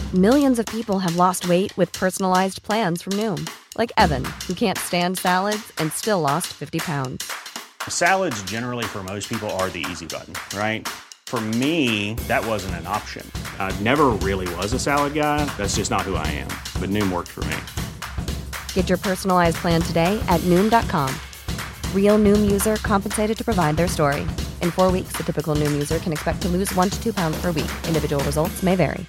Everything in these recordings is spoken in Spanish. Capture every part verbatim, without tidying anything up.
Millions of people have lost weight with personalized plans from Noom. Like Evan, who can't stand salads and still lost fifty pounds. Salads generally for most people are the easy button, right? For me, that wasn't an option. I never really was a salad guy. That's just not who I am. But Noom worked for me. Get your personalized plan today at Noom dot com. Real Noom user compensated to provide their story. In four weeks, the typical Noom user can expect to lose one to two pounds per week. Individual results may vary.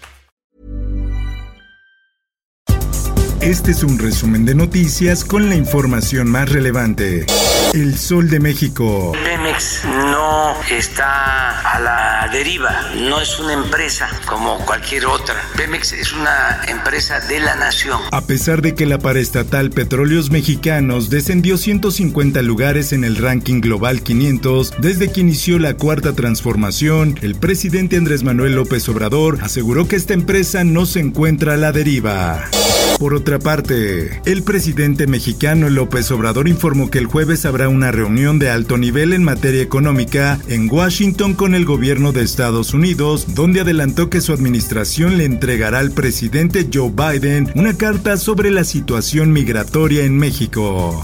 Este es un resumen de noticias con la información más relevante. El Sol de México. Pemex no está a la deriva, no es una empresa como cualquier otra. Pemex es una empresa de la nación. A pesar de que la paraestatal Petróleos Mexicanos descendió ciento cincuenta lugares en el ranking global quinientos desde que inició la cuarta transformación, el presidente Andrés Manuel López Obrador aseguró que esta empresa no se encuentra a la deriva. Por otra parte, el presidente mexicano López Obrador informó que el jueves habrá una reunión de alto nivel en materia económica en Washington con el gobierno de Estados Unidos, donde adelantó que su administración le entregará al presidente Joe Biden una carta sobre la situación migratoria en México.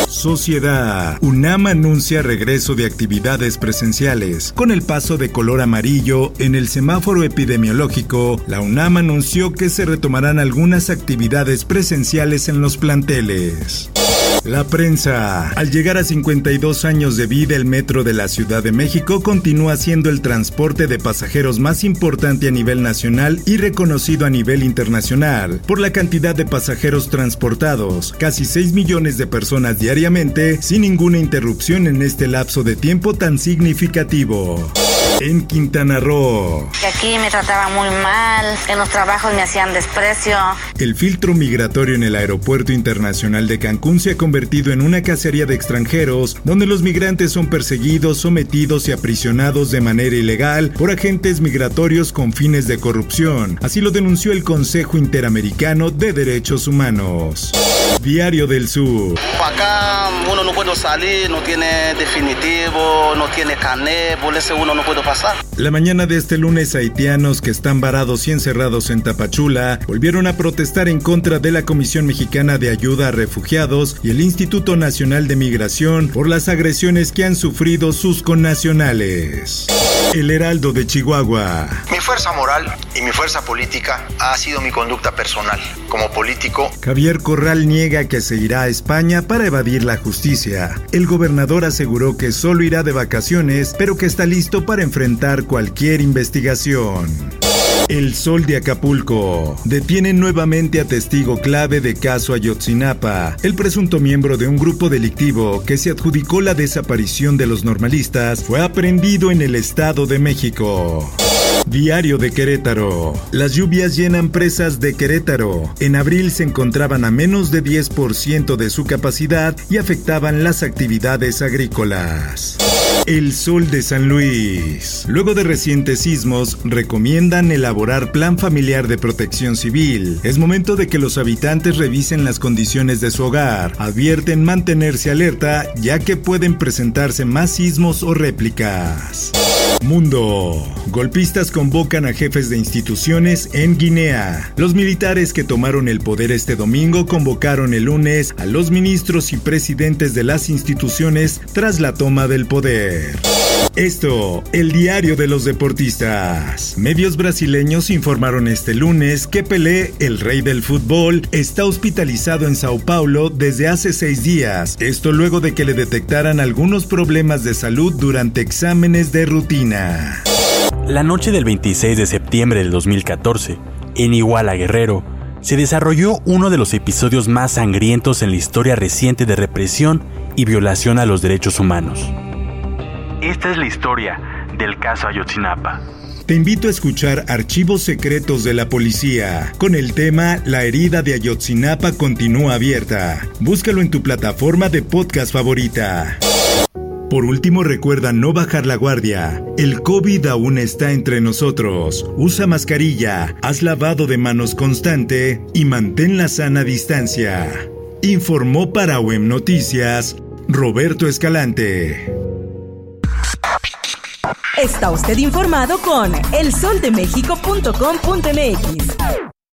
Sociedad. UNAM anuncia regreso de actividades presenciales. Con el paso de color amarillo en el semáforo epidemiológico, la UNAM anunció que se retomarán algunas actividades presenciales en los planteles. La prensa. Al llegar a cincuenta y dos años de vida, el metro de la Ciudad de México continúa siendo el transporte de pasajeros más importante a nivel nacional y reconocido a nivel internacional por la cantidad de pasajeros transportados, casi seis millones de personas diariamente, sin ninguna interrupción en este lapso de tiempo tan significativo. En Quintana Roo. Que aquí me trataban muy mal, en los trabajos me hacían desprecio. El filtro migratorio en el Aeropuerto Internacional de Cancún se ha convertido en una cacería de extranjeros, donde los migrantes son perseguidos, sometidos y aprisionados de manera ilegal por agentes migratorios con fines de corrupción. Así lo denunció el Consejo Interamericano de Derechos Humanos. Diario del Sur. Acá uno no puede salir, no tiene definitivo, no tiene carnet, por eso uno no puede pasar. La mañana de este lunes, haitianos que están varados y encerrados en Tapachula volvieron a protestar en contra de la Comisión Mexicana de Ayuda a Refugiados y el Instituto Nacional de Migración por las agresiones que han sufrido sus connacionales. El Heraldo de Chihuahua. Mi fuerza moral y mi fuerza política ha sido mi conducta personal. Como político, Javier Corral niega que se irá a España para evadir la justicia. El gobernador aseguró que solo irá de vacaciones, pero que está listo para enfrentar cualquier investigación. El Sol de Acapulco. Detienen nuevamente a testigo clave de caso Ayotzinapa, el presunto miembro de un grupo delictivo que se adjudicó la desaparición de los normalistas fue aprehendido en el Estado de México. Diario de Querétaro. Las lluvias llenan presas de Querétaro. En abril se encontraban a menos de diez por ciento de su capacidad y afectaban las actividades agrícolas. El Sol de San Luis. Luego de recientes sismos, recomiendan elaborar plan familiar de protección civil. Es momento de que los habitantes revisen las condiciones de su hogar. Advierten mantenerse alerta, ya que pueden presentarse más sismos o réplicas. Mundo. Golpistas convocan a jefes de instituciones en Guinea. Los militares que tomaron el poder este domingo convocaron el lunes a los ministros y presidentes de las instituciones tras la toma del poder. Esto, el diario de los deportistas. Medios brasileños informaron este lunes que Pelé, el rey del fútbol, está hospitalizado en Sao Paulo desde hace seis días. Esto luego de que le detectaran algunos problemas de salud durante exámenes de rutina. La noche del veintiséis de septiembre del dos mil catorce, en Iguala, Guerrero, se desarrolló uno de los episodios más sangrientos en la historia reciente de represión y violación a los derechos humanos. Esta es la historia del caso Ayotzinapa. Te invito a escuchar Archivos Secretos de la Policía, con el tema La herida de Ayotzinapa continúa abierta. Búscalo en tu plataforma de podcast favorita. Por último, recuerda no bajar la guardia. El COVID aún está entre nosotros. Usa mascarilla, haz lavado de manos constante y mantén la sana distancia. Informó para U E M Noticias, Roberto Escalante. Está usted informado con el sol de méxico punto com punto m x.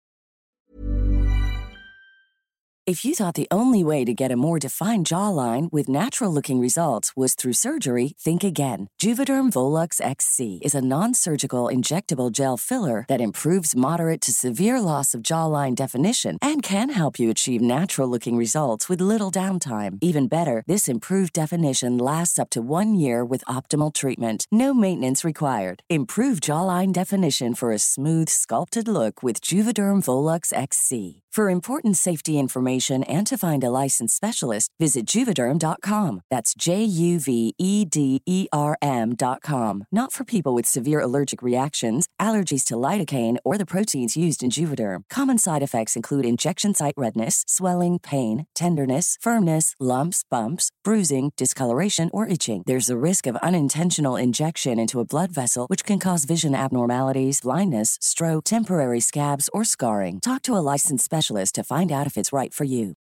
If you thought the only way to get a more defined jawline with natural-looking results was through surgery, think again. Juvederm Volux X C is a non-surgical injectable gel filler that improves moderate to severe loss of jawline definition and can help you achieve natural-looking results with little downtime. Even better, this improved definition lasts up to one year with optimal treatment. No maintenance required. Improve jawline definition for a smooth, sculpted look with Juvederm Volux X C. For important safety information and to find a licensed specialist, visit Juvederm dot com. That's J U V E D E R M dot com. Not for people with severe allergic reactions, allergies to lidocaine, or the proteins used in Juvederm. Common side effects include injection site redness, swelling, pain, tenderness, firmness, lumps, bumps, bruising, discoloration, or itching. There's a risk of unintentional injection into a blood vessel, which can cause vision abnormalities, blindness, stroke, temporary scabs, or scarring. Talk to a licensed specialist to find out if it's right for you.